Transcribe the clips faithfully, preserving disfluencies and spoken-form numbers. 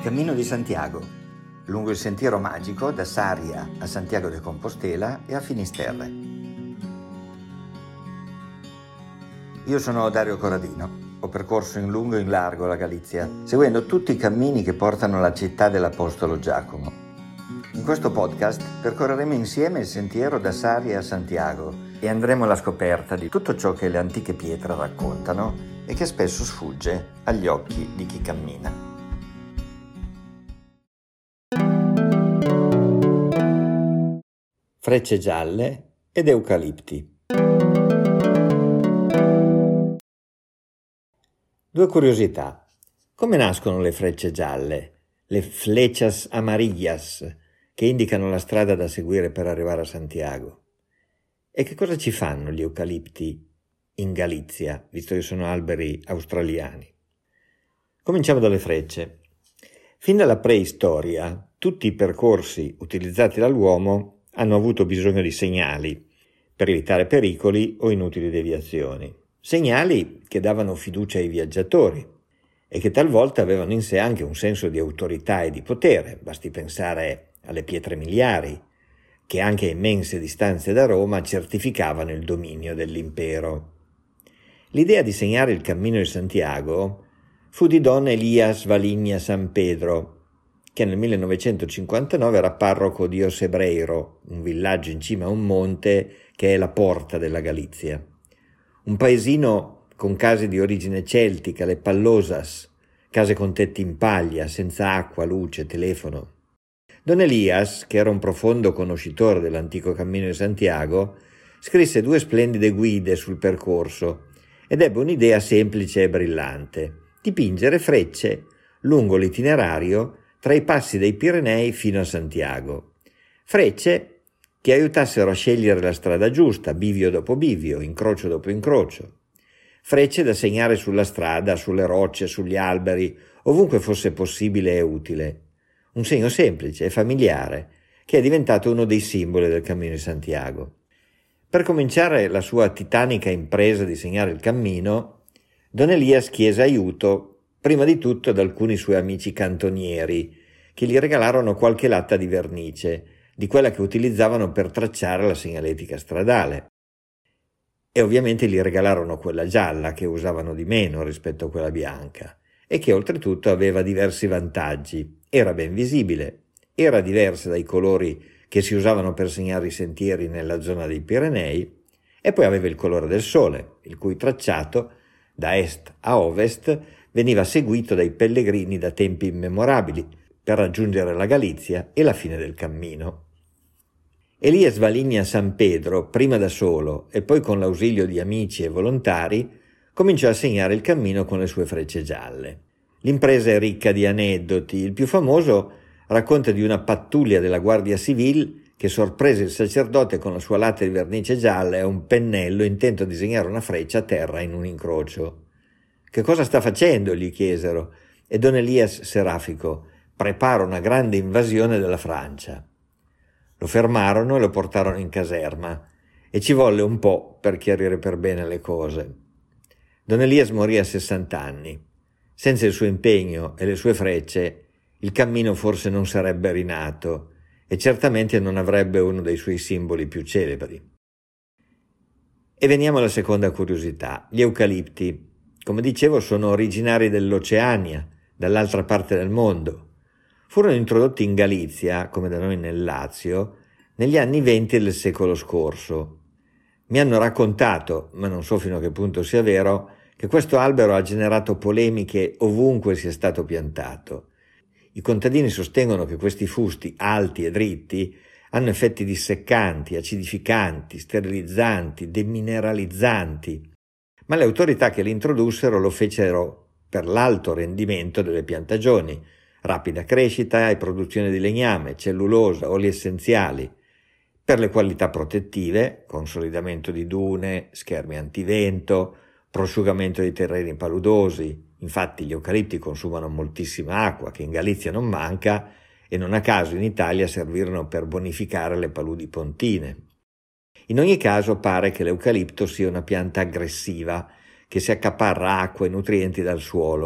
Cammino di Santiago, lungo il sentiero magico da Sarria a Santiago de Compostela e a Finisterre. Io sono Dario Corradino, ho percorso in lungo e in largo la Galizia, seguendo tutti i cammini che portano alla città dell'Apostolo Giacomo. In questo podcast percorreremo insieme il sentiero da Sarria a Santiago e andremo alla scoperta di tutto ciò che le antiche pietre raccontano e che spesso sfugge agli occhi di chi cammina. Frecce gialle ed eucalipti. Due curiosità. Come nascono le frecce gialle, le flechas amarillas, che indicano la strada da seguire per arrivare a Santiago? E che cosa ci fanno gli eucalipti in Galizia, visto che sono alberi australiani? Cominciamo dalle frecce. Fin dalla preistoria, tutti i percorsi utilizzati dall'uomo hanno avuto bisogno di segnali per evitare pericoli o inutili deviazioni. Segnali che davano fiducia ai viaggiatori e che talvolta avevano in sé anche un senso di autorità e di potere. Basti pensare alle pietre miliari, che anche a immense distanze da Roma certificavano il dominio dell'impero. L'idea di segnare il cammino di Santiago fu di Don Elías Valinha San Pedro, che nel millenovecentocinquantanove era parroco di Ocebreiro, un villaggio in cima a un monte che è la porta della Galizia. Un paesino con case di origine celtica, le Pallosas, case con tetti in paglia, senza acqua, luce, telefono. Don Elías, che era un profondo conoscitore dell'antico cammino di Santiago, scrisse due splendide guide sul percorso ed ebbe un'idea semplice e brillante: dipingere frecce lungo l'itinerario tra i passi dei Pirenei fino a Santiago. Frecce che aiutassero a scegliere la strada giusta, bivio dopo bivio, incrocio dopo incrocio. Frecce da segnare sulla strada, sulle rocce, sugli alberi, ovunque fosse possibile e utile. Un segno semplice e familiare che è diventato uno dei simboli del Cammino di Santiago. Per cominciare la sua titanica impresa di segnare il cammino, Don Elías chiese aiuto prima di tutto ad alcuni suoi amici cantonieri, che gli regalarono qualche latta di vernice, di quella che utilizzavano per tracciare la segnaletica stradale. E ovviamente gli regalarono quella gialla, che usavano di meno rispetto a quella bianca, e che oltretutto aveva diversi vantaggi. Era ben visibile, era diversa dai colori che si usavano per segnare i sentieri nella zona dei Pirenei, e poi aveva il colore del sole, il cui tracciato, da est a ovest, veniva seguito dai pellegrini da tempi immemorabili per raggiungere la Galizia e la fine del cammino. Elías Valinha San Pedro, prima da solo e poi con l'ausilio di amici e volontari, cominciò a segnare il cammino con le sue frecce gialle. L'impresa è ricca di aneddoti. Il più famoso racconta di una pattuglia della Guardia Civile che sorprese il sacerdote con la sua latta di vernice gialla e un pennello intento a disegnare una freccia a terra in un incrocio. «Che cosa sta facendo?» gli chiesero, e Don Elías Serafico: «Prepara una grande invasione della Francia». Lo fermarono e lo portarono in caserma e ci volle un po' per chiarire per bene le cose. Don Elías morì a sessanta anni. Senza il suo impegno e le sue frecce, il cammino forse non sarebbe rinato e certamente non avrebbe uno dei suoi simboli più celebri. E veniamo alla seconda curiosità: gli eucalipti. Come dicevo, sono originari dell'Oceania, dall'altra parte del mondo. Furono introdotti in Galizia, come da noi nel Lazio, negli anni venti del secolo scorso. Mi hanno raccontato, ma non so fino a che punto sia vero, che questo albero ha generato polemiche ovunque sia stato piantato. I contadini sostengono che questi fusti, alti e dritti, hanno effetti disseccanti, acidificanti, sterilizzanti, demineralizzanti, ma le autorità che li introdussero lo fecero per l'alto rendimento delle piantagioni, rapida crescita e produzione di legname, cellulosa, oli essenziali, per le qualità protettive, consolidamento di dune, schermi antivento, prosciugamento dei terreni paludosi. Infatti gli eucalipti consumano moltissima acqua, che in Galizia non manca, e non a caso in Italia servirono per bonificare le paludi pontine. In ogni caso pare che l'eucalipto sia una pianta aggressiva, che si accaparra acqua e nutrienti dal suolo,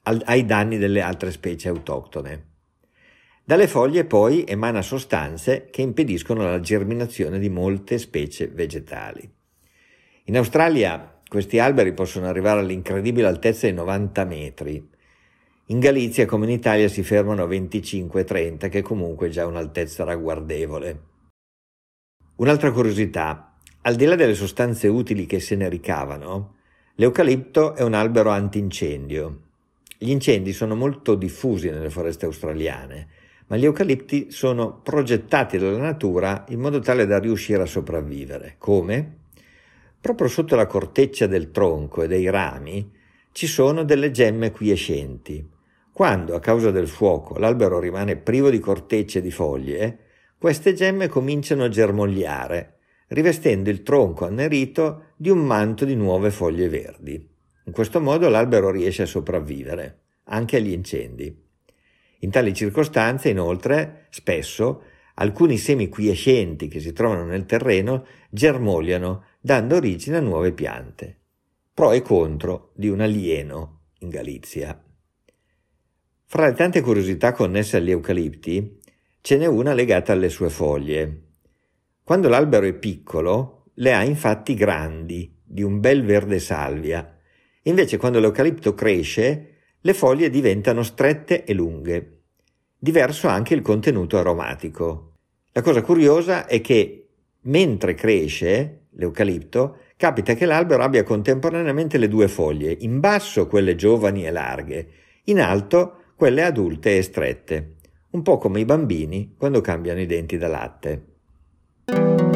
ai danni delle altre specie autoctone. Dalle foglie poi emana sostanze che impediscono la germinazione di molte specie vegetali. In Australia questi alberi possono arrivare all'incredibile altezza di novanta metri. In Galizia, come in Italia, si fermano a venticinque trenta, che comunque è già un'altezza ragguardevole. Un'altra curiosità: al di là delle sostanze utili che se ne ricavano, l'eucalipto è un albero antincendio. Gli incendi sono molto diffusi nelle foreste australiane, ma gli eucalipti sono progettati dalla natura in modo tale da riuscire a sopravvivere. Come? Proprio sotto la corteccia del tronco e dei rami ci sono delle gemme quiescenti. Quando, a causa del fuoco, l'albero rimane privo di cortecce e di foglie, queste gemme cominciano a germogliare, rivestendo il tronco annerito di un manto di nuove foglie verdi. In questo modo l'albero riesce a sopravvivere, anche agli incendi. In tali circostanze, inoltre, spesso, alcuni semi quiescenti che si trovano nel terreno germogliano, dando origine a nuove piante. Pro e contro di un alieno in Galizia. Fra le tante curiosità connesse agli eucalipti, ce n'è una legata alle sue foglie. Quando l'albero è piccolo, le ha infatti grandi, di un bel verde salvia. Invece quando l'eucalipto cresce, le foglie diventano strette e lunghe. Diverso anche il contenuto aromatico. La cosa curiosa è che, mentre cresce l'eucalipto, capita che l'albero abbia contemporaneamente le due foglie, in basso quelle giovani e larghe, in alto quelle adulte e strette, un po' come i bambini quando cambiano i denti da latte.